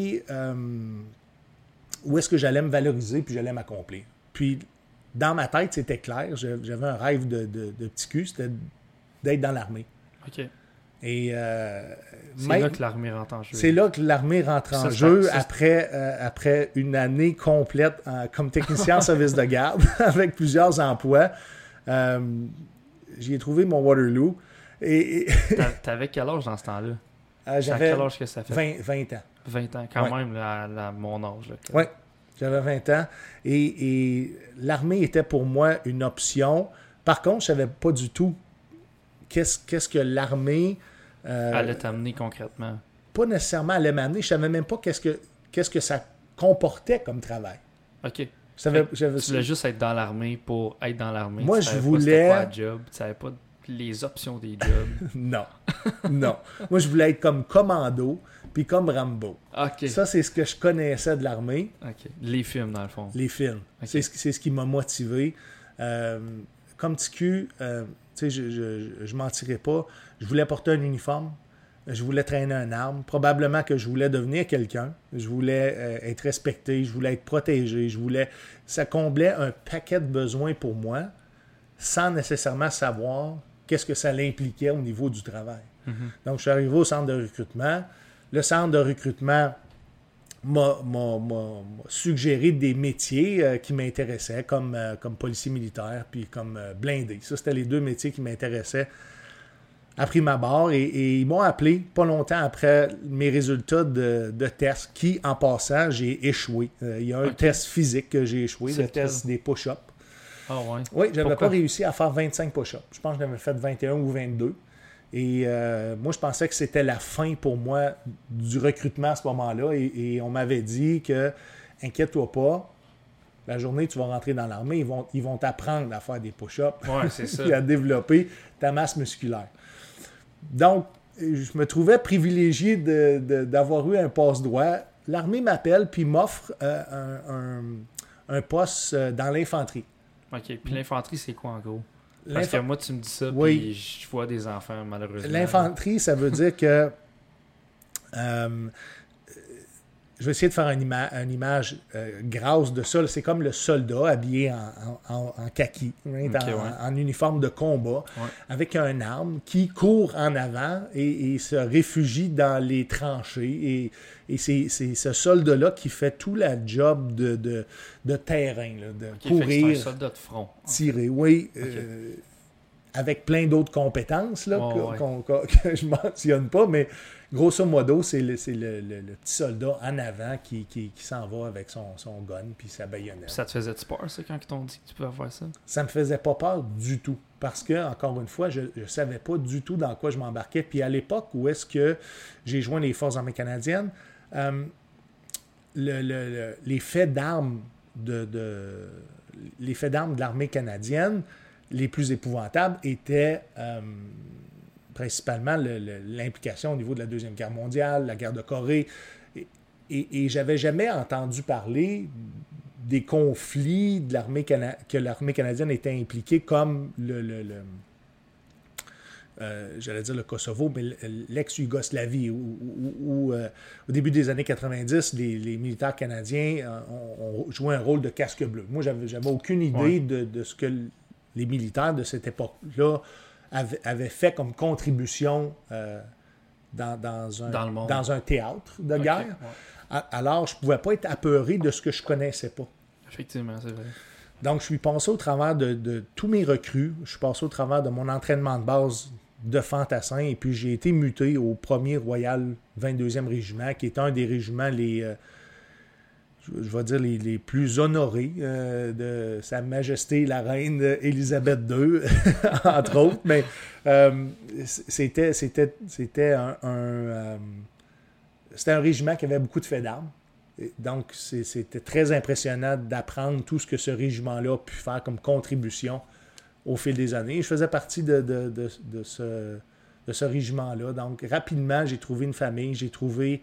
où est-ce que j'allais me valoriser puis j'allais m'accomplir. Puis, dans ma tête, c'était clair, j'avais un rêve de petit cul, c'était d'être dans l'armée. OK. Et c'est là que l'armée rentre en jeu. C'est là que l'armée rentre en jeu après une année complète comme technicien en service de garde avec plusieurs emplois. J'y ai trouvé mon Waterloo. T'avais quel âge dans ce temps-là? J'avais quel âge que ça fait? 20 ans. 20 ans, quand même, à mon âge. Oui, j'avais 20 ans. Et l'armée était pour moi une option. Par contre, je ne savais pas du tout qu'est-ce que l'armée... allait t'amener concrètement. Pas nécessairement allait m'amener. Je ne savais même pas qu'est-ce que ça comportait comme travail. OK. Tu voulais juste être dans l'armée pour être dans l'armée. Moi, je voulais... C'était quoi le job? Tu savais pas les options des jobs? Non. Moi, je voulais être comme commando puis comme Rambo. Okay. Ça, c'est ce que je connaissais de l'armée. Okay. Les films, dans le fond. Les films. Okay. C'est ce qui m'a motivé. Comme TQ, tu sais, je mentirais pas. Je voulais porter un uniforme. Je voulais traîner une arme. Probablement que je voulais devenir quelqu'un. Je voulais être respecté. Je voulais être protégé. Ça comblait un paquet de besoins pour moi sans nécessairement savoir qu'est-ce que ça l'impliquait au niveau du travail. Mm-hmm. Donc, je suis arrivé au centre de recrutement. Le centre de recrutement m'a suggéré des métiers qui m'intéressaient, comme policier militaire puis comme blindé. Ça, c'était les deux métiers qui m'intéressaient à prime abord. Et ils m'ont appelé pas longtemps après mes résultats de test qui, en passant, j'ai échoué. Il y a un test physique que j'ai échoué, le test des push-ups. Ah ouais. Oui, j'avais pas réussi à faire 25 push-ups. Je pense que j'avais fait 21 ou 22. Et moi, je pensais que c'était la fin pour moi du recrutement à ce moment-là. Et on m'avait dit que, inquiète-toi pas, la journée tu vas rentrer dans l'armée, ils vont t'apprendre à faire des push-ups et à développer ta masse musculaire. Donc, je me trouvais privilégié d'avoir eu un passe-droit. L'armée m'appelle puis m'offre un poste dans l'infanterie. OK. Puis l'infanterie, c'est quoi en gros? Parce que moi, tu me dis ça, puis je vois des enfants, malheureusement. L'infanterie, ça veut dire que... je vais essayer de faire une image grasse de ça. C'est comme le soldat habillé en kaki, en uniforme de combat, avec un arme qui court en avant et se réfugie dans les tranchées. Et c'est ce soldat-là qui fait tout la job de terrain, là, de courir, c'est un soldat de front. Tirer, oui. Avec plein d'autres compétences là, que je ne mentionne pas, mais grosso modo, c'est le petit soldat en avant qui s'en va avec son gun puis sa baïonnette. Ça te faisait peur, ça, quand ils t'ont dit que tu pouvais faire ça? Ça me faisait pas peur du tout. Parce que, encore une fois, je ne savais pas du tout dans quoi je m'embarquais. Puis à l'époque où est-ce que j'ai joint les Forces armées canadiennes, les faits d'armes les faits d'armes de l'armée canadienne, les plus épouvantables étaient principalement l'implication au niveau de la Deuxième Guerre mondiale, la guerre de Corée. Et j'avais jamais entendu parler des conflits de que l'armée canadienne était impliquée, comme j'allais dire le Kosovo, mais l'ex-Yougoslavie, où au début des années 90, les militaires canadiens ont joué un rôle de casque bleu. Moi, j'avais aucune idée de ce que les militaires de cette époque-là avaient fait comme contribution dans un théâtre de guerre. Alors, je ne pouvais pas être apeuré de ce que je ne connaissais pas. Effectivement, c'est vrai. Donc, je suis passé au travers de tous mes recrues. Je suis passé au travers de mon entraînement de base de fantassin. Et puis, j'ai été muté au 1er Royal 22e Régiment, qui est un des régiments je vais dire les plus honorés de Sa Majesté la Reine Élisabeth II, entre autres. Mais c'était un régiment qui avait beaucoup de faits d'armes. Donc, c'était très impressionnant d'apprendre tout ce que ce régiment-là a pu faire comme contribution au fil des années. Je faisais partie de ce régiment-là. Donc, rapidement, j'ai trouvé une famille. J'ai trouvé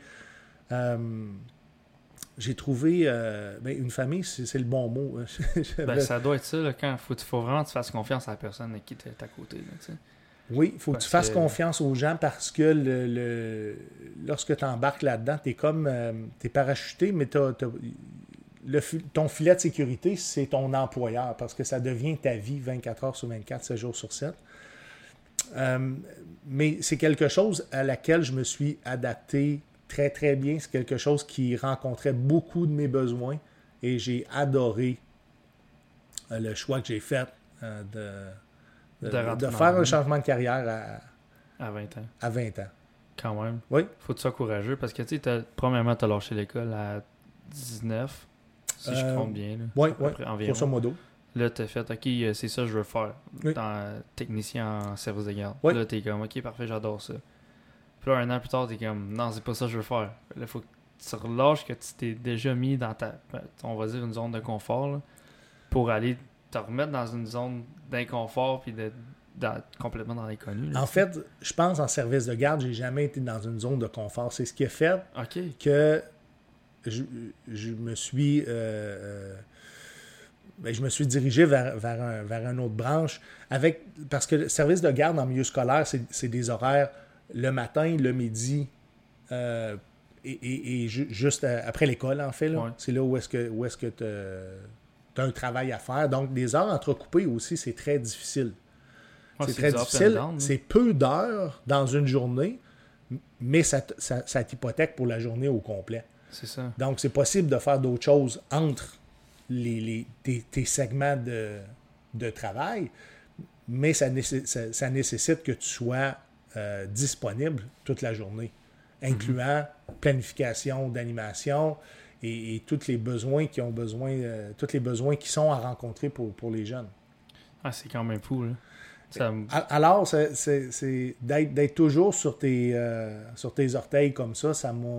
une famille, c'est le bon mot. Ça doit être ça, là, quand faut vraiment que tu fasses confiance à la personne avec qui tu es à côté. Là, tu sais. Oui, il faut que tu fasses confiance aux gens parce que lorsque tu embarques là-dedans, tu es comme t'es parachuté, mais ton filet de sécurité, c'est ton employeur parce que ça devient ta vie 24 heures sur 24, 7 jours sur 7. Mais c'est quelque chose à laquelle je me suis adapté très, très bien. C'est quelque chose qui rencontrait beaucoup de mes besoins et j'ai adoré le choix que j'ai fait de faire un changement de carrière à 20 ans. À 20 ans. Quand même. Oui. Faut que tu sois courageux parce que, tu sais, premièrement, tu as lâché l'école à 19, si je compte bien. Oui, environ. Grosso modo. Là, tu as fait, OK, c'est ça que je veux faire. Oui. Technicien en service de garde. Oui. Là, tu es comme, OK, parfait, j'adore ça. Puis là, un an plus tard, tu es comme, non, c'est pas ça que je veux faire. Là, il faut que tu relâches que tu t'es déjà mis dans on va dire, une zone de confort là, pour aller te remettre dans une zone d'inconfort puis complètement dans l'inconnu. En fait, je pense en service de garde, j'ai jamais été dans une zone de confort. C'est ce qui a fait que je me suis dirigé vers une autre branche parce que le service de garde en milieu scolaire, c'est des horaires le matin, le midi et juste après l'école, en fait. Là. Ouais. C'est là où est-ce que tu as un travail à faire. Donc, des heures entrecoupées aussi, c'est très difficile. C'est très difficile. C'est peu d'heures dans une journée, mais ça t'hypothèque pour la journée au complet. C'est ça. Donc, c'est possible de faire d'autres choses entre tes segments de travail, mais ça nécessite que tu sois disponible toute la journée, incluant planification d'animation et tous les besoins qui sont à rencontrer pour les jeunes. Ah, c'est quand même fou, là. Alors, c'est d'être toujours sur tes orteils comme ça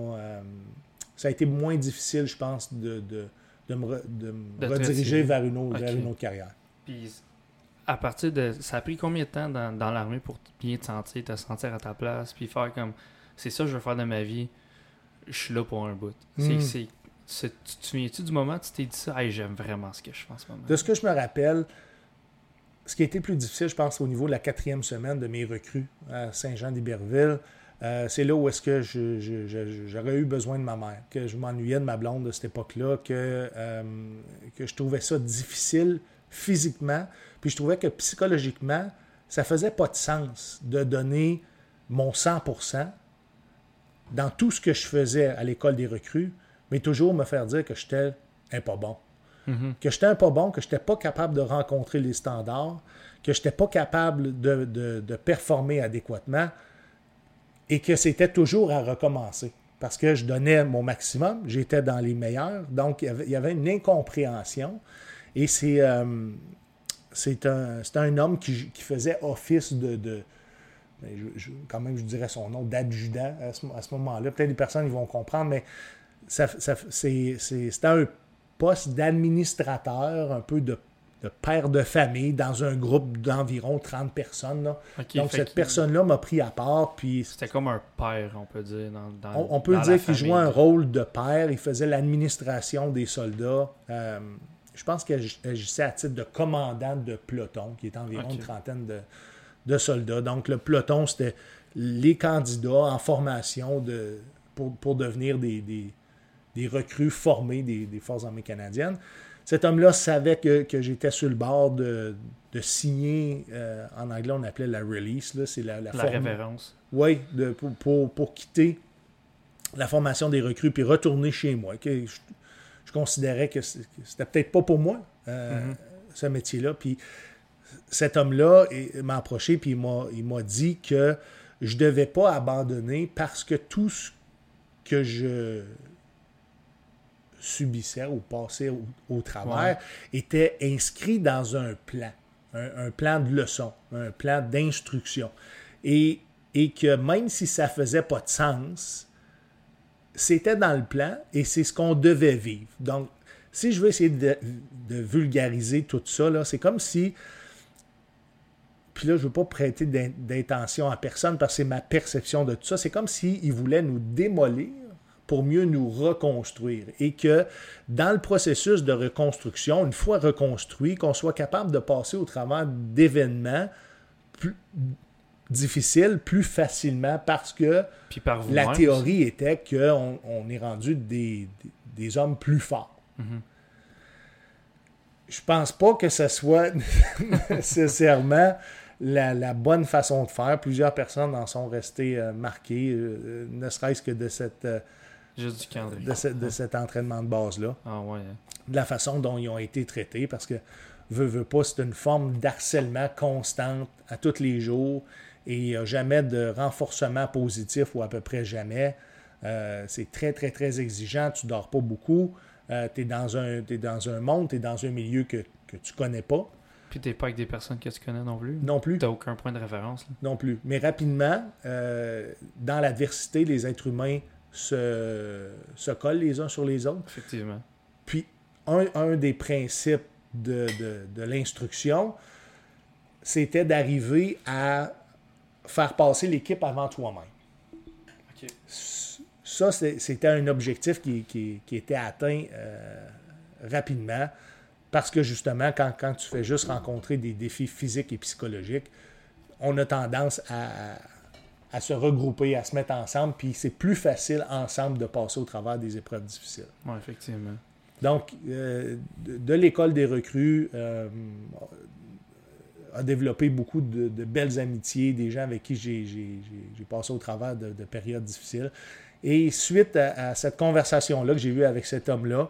a été moins difficile, je pense, de me rediriger vers une autre carrière. Puis, à partir de... Ça a pris combien de temps dans l'armée pour bien te sentir à ta place, puis faire comme, c'est ça que je veux faire de ma vie, je suis là pour un bout. Tu te souviens-tu du moment où tu t'es dit ça, hey, j'aime vraiment ce que je fais en ce moment? De ce que je me rappelle, ce qui a été plus difficile, je pense, au niveau de la 4e semaine de mes recrues à Saint-Jean-d'Iberville, c'est là où est-ce que j'aurais eu besoin de ma mère, que je m'ennuyais de ma blonde de cette époque-là, que je trouvais ça difficile physiquement, puis je trouvais que psychologiquement, ça faisait pas de sens de donner mon 100% dans tout ce que je faisais à l'école des recrues, mais toujours me faire dire que j'étais un pas bon. Mm-hmm. Que j'étais un pas bon, que je n'étais pas capable de rencontrer les standards, que je n'étais pas capable de performer adéquatement et que c'était toujours à recommencer. Parce que je donnais mon maximum, j'étais dans les meilleurs, donc il y avait une incompréhension. Et c'est un homme qui faisait office quand même, je dirais son nom, d'adjudant à ce moment-là. Peut-être des personnes ils vont comprendre, mais c'était un poste d'administrateur, un peu de père de famille dans un groupe d'environ 30 personnes. Là. Okay, donc, cette personne-là m'a pris à part. Puis c'était comme un père, on peut dire. On peut dire qu'il jouait un rôle de père. Il faisait l'administration des soldats. Je pense qu'il agissait à titre de commandant de peloton, qui est environ une trentaine de soldats. Donc, le peloton, c'était les candidats en formation pour devenir des recrues formées des Forces armées canadiennes. Cet homme-là savait que j'étais sur le bord de signer, en anglais on appelait la release, là, c'est la révérence. Oui, pour quitter la formation des recrues puis retourner chez moi. Je considérais que c'était peut-être pas pour moi, ce métier-là. Puis cet homme-là m'a approché puis il m'a dit que je ne devais pas abandonner parce que tout ce que je subissais ou passais au travers était inscrit dans un plan, un plan de leçon, un plan d'instruction. Et que même si ça faisait pas de sens, c'était dans le plan et c'est ce qu'on devait vivre. Donc, si je veux essayer de vulgariser tout ça, là, c'est comme si... Puis là, je ne veux pas prêter d'intention à personne parce que c'est ma perception de tout ça. C'est comme s'il voulait nous démolir pour mieux nous reconstruire. Et que dans le processus de reconstruction, une fois reconstruit, qu'on soit capable de passer au travers d'événements plus difficiles plus facilement parce que la théorie était qu'on est rendu des hommes plus forts. Mm-hmm. Je pense pas que ce soit nécessairement la bonne façon de faire. Plusieurs personnes en sont restées marquées, ne serait-ce que de Juste du camp de cet entraînement de base-là. Ah ouais. De la façon dont ils ont été traités, parce que veut pas, c'est une forme d'harcèlement constante à tous les jours et il n'y a jamais de renforcement positif ou à peu près jamais. C'est très, très, très exigeant. Tu ne dors pas beaucoup. Tu es dans un monde, tu es dans un milieu que tu ne connais pas. Puis tu n'es pas avec des personnes que tu connais non plus. Non plus. Tu n'as aucun point de référence. Là. Non plus. Mais rapidement, dans l'adversité, les êtres humains se collent les uns sur les autres. Effectivement. Puis, un des principes de l'instruction, c'était d'arriver à faire passer l'équipe avant toi-même. Okay. Ça, c'était un objectif qui était atteint rapidement parce que justement, quand tu fais juste rencontrer des défis physiques et psychologiques, on a tendance à se regrouper, à se mettre ensemble, puis c'est plus facile ensemble de passer au travers des épreuves difficiles. Oui, effectivement. Donc, de l'école des recrues, a développé beaucoup de belles amitiés, des gens avec qui j'ai passé au travers de périodes difficiles. Et suite à cette conversation-là que j'ai eue avec cet homme-là,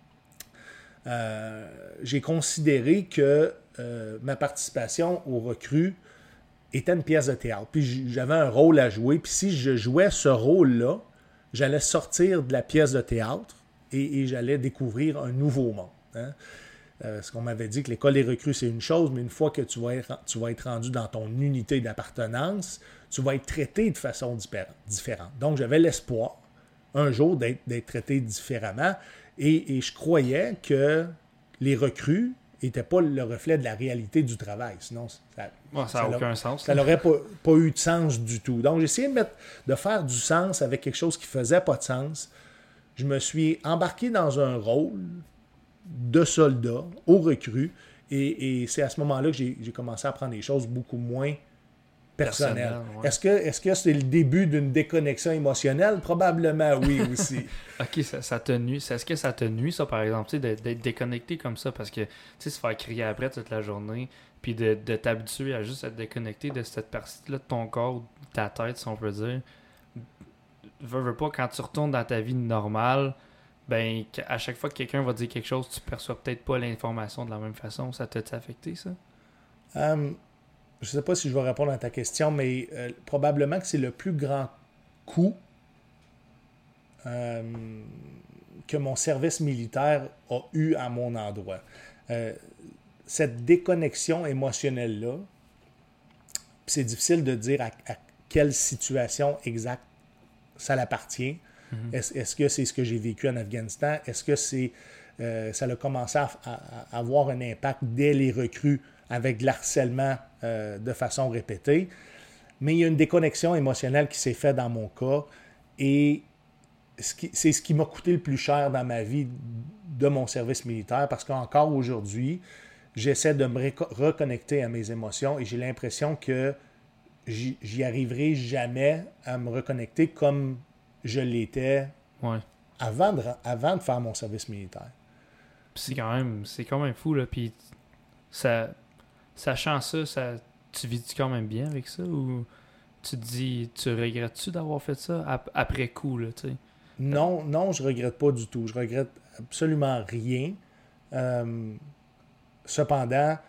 j'ai considéré que ma participation aux recrues était une pièce de théâtre. Puis j'avais un rôle à jouer. Puis si je jouais ce rôle-là, j'allais sortir de la pièce de théâtre et j'allais découvrir un nouveau monde. Hein? Parce qu'on m'avait dit que l'école des recrues, c'est une chose, mais une fois que tu vas être rendu dans ton unité d'appartenance, tu vas être traité de façon différente. Donc, j'avais l'espoir, un jour, d'être traité différemment. Et je croyais que les recrues n'étaient pas le reflet de la réalité du travail. Sinon, ça n'a aucun sens. Ça n'aurait pas eu de sens du tout. Donc, j'ai essayé de faire du sens avec quelque chose qui ne faisait pas de sens. Je me suis embarqué dans un rôle de soldat aux recrues et c'est à ce moment-là que j'ai commencé à prendre des choses beaucoup moins personnelles. Ouais. Est-ce que c'est le début d'une déconnexion émotionnelle? Probablement oui aussi. OK, ça te nuit. Est-ce que ça te nuit, ça, par exemple, d'être déconnecté comme ça? Parce que, tu sais, se faire crier après toute la journée, puis de t'habituer à juste être déconnecté de cette partie-là de ton corps, de ta tête, si on peut dire. Veux pas, quand tu retournes dans ta vie normale, ben, à chaque fois que quelqu'un va dire quelque chose, tu perçois peut-être pas l'information de la même façon. Ça t'a affecté, ça? Je ne sais pas si je vais répondre à ta question, mais probablement que c'est le plus grand coup que mon service militaire a eu à mon endroit. Cette déconnexion émotionnelle-là, c'est difficile de dire à quelle situation exacte ça l'appartient. Mm-hmm. Est-ce que c'est ce que j'ai vécu en Afghanistan? Est-ce que ça a commencé à avoir un impact dès les recrues avec de l'harcèlement de façon répétée? Mais il y a une déconnexion émotionnelle qui s'est faite dans mon cas et c'est ce qui m'a coûté le plus cher dans ma vie de mon service militaire parce qu'encore aujourd'hui, j'essaie de me reconnecter à mes émotions et j'ai l'impression que j'y arriverai jamais à me reconnecter comme je l'étais avant de faire mon service militaire. C'est quand même fou, là. Puis sachant ça, tu vis quand même bien avec ça? Ou tu te dis, tu regrettes-tu d'avoir fait ça après coup, là, tu sais? Non, je regrette pas du tout. Je regrette absolument rien. Cependant,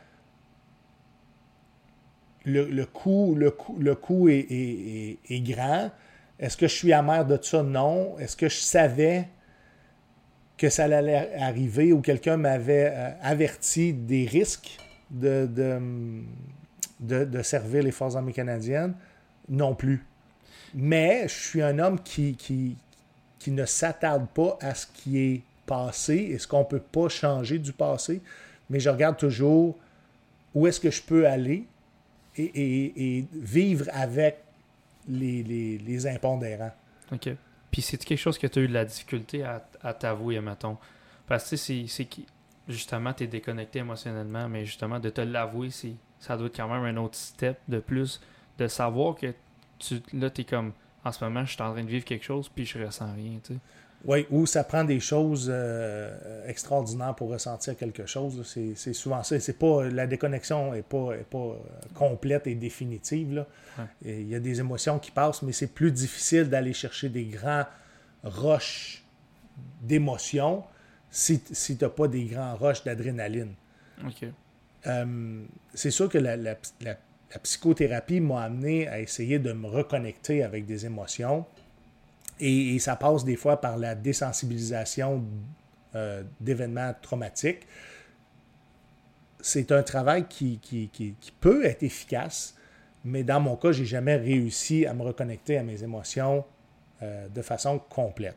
le coût est grand. Est-ce que je suis amer de ça? Non. Est-ce que je savais que ça allait arriver ou quelqu'un m'avait averti des risques de servir les Forces armées canadiennes? Non plus. Mais je suis un homme qui ne s'attarde pas à ce qui est passé et ce qu'on ne peut pas changer du passé. Mais je regarde toujours où est-ce que je peux aller et vivre avec les impondérants. OK. Puis c'est quelque chose que tu as eu de la difficulté à t'avouer, mettons. Parce que c'est justement, tu es déconnecté émotionnellement, mais justement, de te l'avouer, ça doit être quand même un autre step de plus, de savoir que tu es comme, en ce moment, je suis en train de vivre quelque chose, puis je ressens rien, tu sais. Oui, ou ça prend des choses extraordinaires pour ressentir quelque chose. Là. C'est souvent ça. C'est pas, la déconnexion n'est pas complète et définitive. Là. Ouais. Et il y a des émotions qui passent, mais c'est plus difficile d'aller chercher des grands rushs d'émotions si tu n'as pas des grands rushs d'adrénaline. OK. C'est sûr que la psychothérapie m'a amené à essayer de me reconnecter avec des émotions. Et ça passe des fois par la désensibilisation d'événements traumatiques. C'est un travail qui peut être efficace, mais dans mon cas, je n'ai jamais réussi à me reconnecter à mes émotions de façon complète.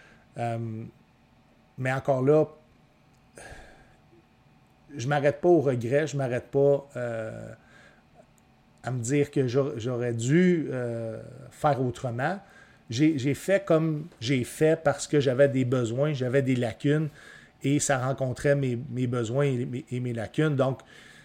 Mais encore là, je ne m'arrête pas au regret, je ne m'arrête pas à me dire que j'aurais dû faire autrement. J'ai fait comme j'ai fait parce que j'avais des besoins, j'avais des lacunes et ça rencontrait mes besoins et mes lacunes. Donc,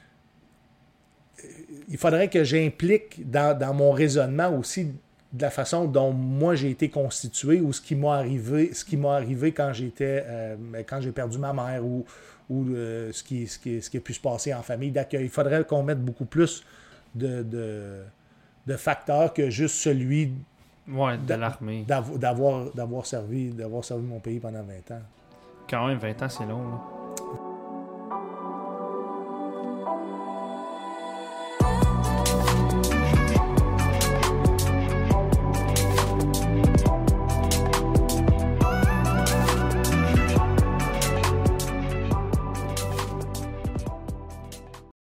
il faudrait que j'implique dans mon raisonnement aussi de la façon dont moi j'ai été constitué ou ce qui m'est arrivé quand j'ai perdu ma mère ou ce qui a pu se passer en famille d'accueil. Il faudrait qu'on mette beaucoup plus de facteurs que juste celui de l'armée. D'avoir servi mon pays pendant 20 ans. Quand même, 20 ans, c'est long. Là.